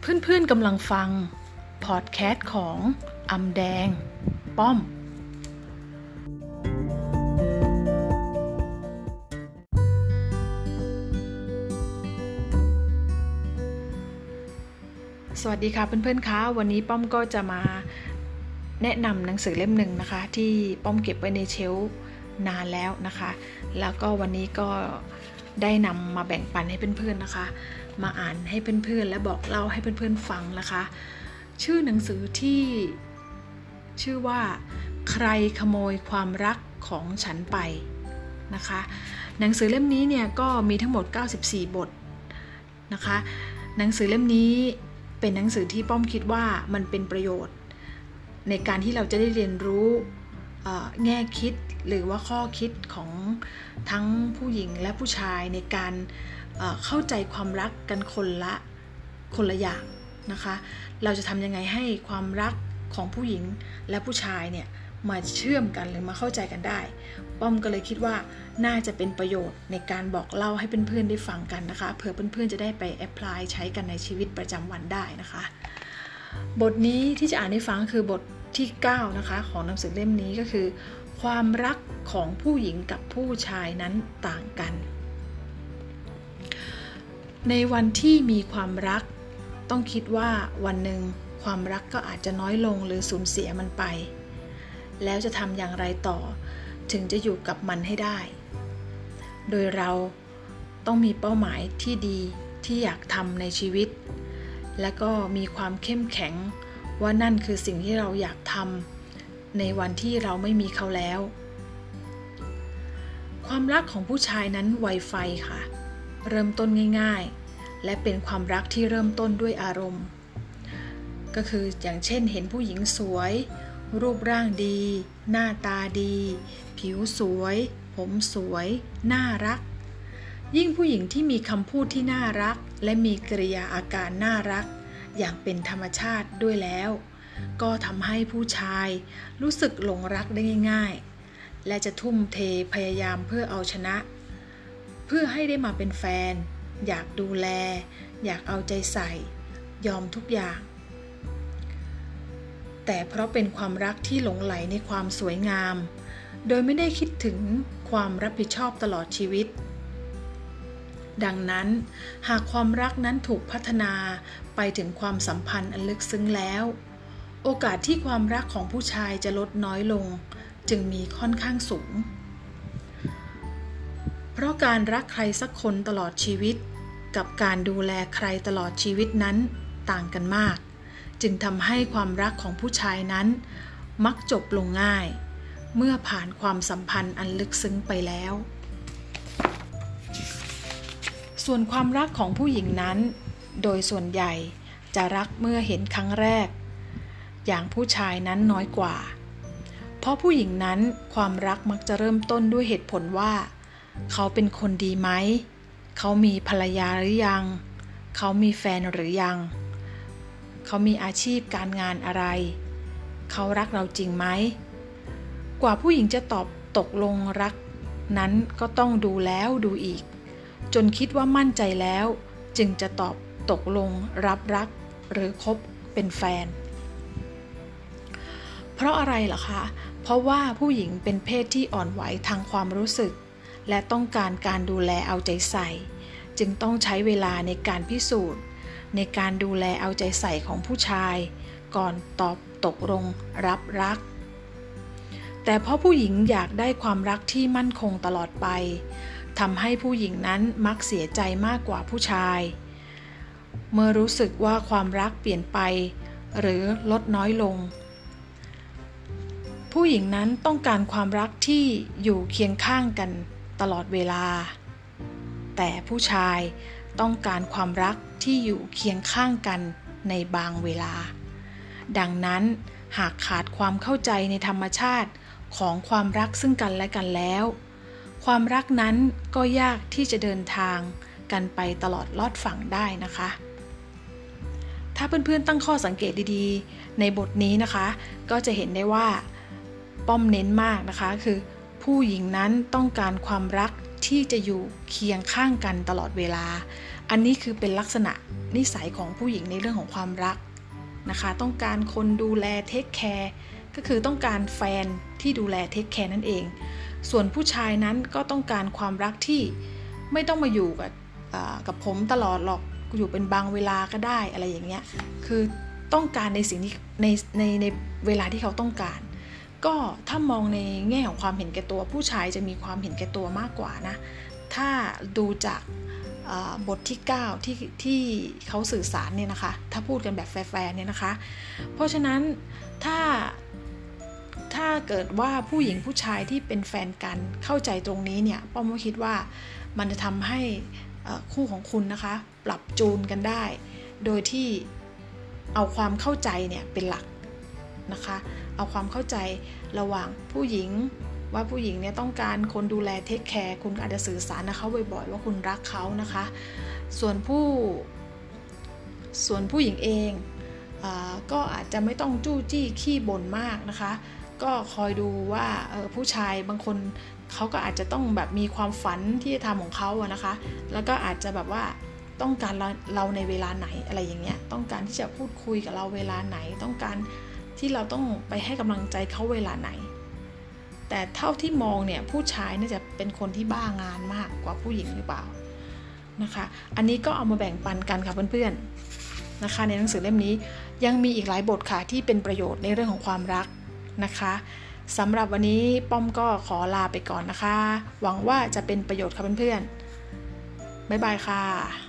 เพื่อนๆกำลังฟังพอดแคสต์ของอำแดงป้อมสวัสดีค่ะเพื่อนๆคะวันนี้ป้อมก็จะมาแนะนำหนังสือเล่มหนึ่งนะคะที่ป้อมเก็บไว้ในเชลฟ์นานแล้วนะคะแล้วก็วันนี้ก็ได้นำมาแบ่งปันให้เพื่อนๆนะคะมาอ่านให้เพื่อนๆและบอกเล่าให้เพื่อนๆฟังนะคะชื่อหนังสือที่ชื่อว่าใครขโมยความรักของฉันไปนะคะหนังสือเล่มนี้เนี่ยก็มีทั้งหมด94บทนะคะหนังสือเล่มนี้เป็นหนังสือที่ป้อมคิดว่ามันเป็นประโยชน์ในการที่เราจะได้เรียนรู้แง่คิดหรือว่าข้อคิดของทั้งผู้หญิงและผู้ชายในการเข้าใจความรักกันคนละอย่างนะคะเราจะทำยังไงให้ความรักของผู้หญิงและผู้ชายเนี่ยมาเชื่อมกันหรือมาเข้าใจกันได้ป้อมก็เลยคิดว่าน่าจะเป็นประโยชน์ในการบอกเล่าให้เพื่อนๆได้ฟังกันนะคะเผื่อเพื่อนๆจะได้ไปแอพพลายใช้กันในชีวิตประจำวันได้นะคะบทนี้ที่จะอ่านให้ฟังคือบทที่9นะคะของหนังสือเล่มนี้ก็คือความรักของผู้หญิงกับผู้ชายนั้นต่างกันในวันที่มีความรักต้องคิดว่าวันหนึ่งความรักก็อาจจะน้อยลงหรือสูญเสียมันไปแล้วจะทำอย่างไรต่อถึงจะอยู่กับมันให้ได้โดยเราต้องมีเป้าหมายที่ดีที่อยากทำในชีวิตและก็มีความเข้มแข็งว่านั่นคือสิ่งที่เราอยากทำในวันที่เราไม่มีเขาแล้วความรักของผู้ชายนั้นไวไฟค่ะเริ่มต้นง่ายๆและเป็นความรักที่เริ่มต้นด้วยอารมณ์ก็คืออย่างเช่นเห็นผู้หญิงสวยรูปร่างดีหน้าตาดีผิวสวยผมสวยน่ารักยิ่งผู้หญิงที่มีคำพูดที่น่ารักและมีกริยาอาการน่ารักอย่างเป็นธรรมชาติด้วยแล้วก็ทำให้ผู้ชายรู้สึกหลงรักได้ง่ายๆและจะทุ่มเทพยายามเพื่อเอาชนะเพื่อให้ได้มาเป็นแฟนอยากดูแลอยากเอาใจใส่ยอมทุกอย่างแต่เพราะเป็นความรักที่หลงไหลในความสวยงามโดยไม่ได้คิดถึงความรับผิดชอบตลอดชีวิตดังนั้นหากความรักนั้นถูกพัฒนาไปถึงความสัมพันธ์อันลึกซึ้งแล้วโอกาสที่ความรักของผู้ชายจะลดน้อยลงจึงมีค่อนข้างสูงเพราะการรักใครสักคนตลอดชีวิตกับการดูแลใครตลอดชีวิตนั้นต่างกันมากจึงทำให้ความรักของผู้ชายนั้นมักจบลงง่ายเมื่อผ่านความสัมพันธ์อันลึกซึ้งไปแล้วส่วนความรักของผู้หญิงนั้นโดยส่วนใหญ่จะรักเมื่อเห็นครั้งแรกอย่างผู้ชายนั้นน้อยกว่าเพราะผู้หญิงนั้นความรักมักจะเริ่มต้นด้วยเหตุผลว่าเขาเป็นคนดีไหมเขามีภรรยาหรือยังเขามีแฟนหรือยังเขามีอาชีพการงานอะไรเขารักเราจริงไหมกว่าผู้หญิงจะตอบตกลงรักนั้นก็ต้องดูแล้วดูอีกจนคิดว่ามั่นใจแล้วจึงจะตอบตกลงรับรักหรือคบเป็นแฟนเพราะอะไรล่ะคะเพราะว่าผู้หญิงเป็นเพศที่อ่อนไหวทางความรู้สึกและต้องการการดูแลเอาใจใส่จึงต้องใช้เวลาในการพิสูจน์ในการดูแลเอาใจใส่ของผู้ชายก่อนตอบตกลงรับรักแต่เพราะผู้หญิงอยากได้ความรักที่มั่นคงตลอดไปทำให้ผู้หญิงนั้นมักเสียใจมากกว่าผู้ชายเมื่อรู้สึกว่าความรักเปลี่ยนไปหรือลดน้อยลงผู้หญิงนั้นต้องการความรักที่อยู่เคียงข้างกันตลอดเวลาแต่ผู้ชายต้องการความรักที่อยู่เคียงข้างกันในบางเวลาดังนั้นหากขาดความเข้าใจในธรรมชาติของความรักซึ่งกันและกันแล้วความรักนั้นก็ยากที่จะเดินทางกันไปตลอดลอดฝั่งได้นะคะถ้าเพื่อนๆตั้งข้อสังเกตดีๆในบทนี้นะคะก็จะเห็นได้ว่าป้อมเน้นมากนะคะคือผู้หญิงนั้นต้องการความรักที่จะอยู่เคียงข้างกันตลอดเวลาอันนี้คือเป็นลักษณะนิสัยของผู้หญิงในเรื่องของความรักนะคะต้องการคนดูแลเทคแคร์ก็คือต้องการแฟนที่ดูแลเทคแคร์นั่นเองส่วนผู้ชายนั้นก็ต้องการความรักที่ไม่ต้องมาอยู่กับผมตลอดหรอกอยู่เป็นบางเวลาก็ได้อะไรอย่างเงี้ยคือต้องการในสิ่งที่ในเวลาที่เขาต้องการก็ถ้ามองในแง่ของความเห็นแก่ตัวผู้ชายจะมีความเห็นแก่ตัวมากกว่านะถ้าดูจากบทที่9ที่เขาสื่อสารเนี่ยนะคะถ้าพูดกันแบบแฟร์ๆเนี่ยนะคะเพราะฉะนั้นถ้าเกิดว่าผู้หญิงผู้ชายที่เป็นแฟนกันเข้าใจตรงนี้เนี่ยป้อมก็คิดว่ามันจะทำให้คู่ของคุณนะคะปรับจูนกันได้โดยที่เอาความเข้าใจเนี่ยเป็นหลักนะคะเอาความเข้าใจระหว่างผู้หญิงว่าผู้หญิงเนี่ยต้องการคนดูแลเทคแคร์คุณอาจจะสื่อสารนะเขาบ่อยๆว่าคุณรักเขานะคะส่วนผู้หญิงเองก็อาจจะไม่ต้องจู้จี้ขี้บ่นมากนะคะก็คอยดูว่าผู้ชายบางคนเขาก็อาจจะต้องแบบมีความฝันที่จะทำของเขาอะนะคะแล้วก็อาจจะแบบว่าต้องการเราในเวลาไหนอะไรอย่างเงี้ยต้องการที่จะพูดคุยกับเราเวลาไหนต้องการที่เราต้องไปให้กำลังใจเขาเวลาไหนแต่เท่าที่มองเนี่ยผู้ชายน่าจะเป็นคนที่บ้างานมากกว่าผู้หญิงหรือเปล่านะคะอันนี้ก็เอามาแบ่งปันกันค่ะเพื่อนๆนะคะในหนังสือเล่มนี้ยังมีอีกหลายบทค่ะที่เป็นประโยชน์ในเรื่องของความรักนะคะสำหรับวันนี้ป้อมก็ขอลาไปก่อนนะคะหวังว่าจะเป็นประโยชน์ค่ะเพื่อนๆบ๊ายบายค่ะ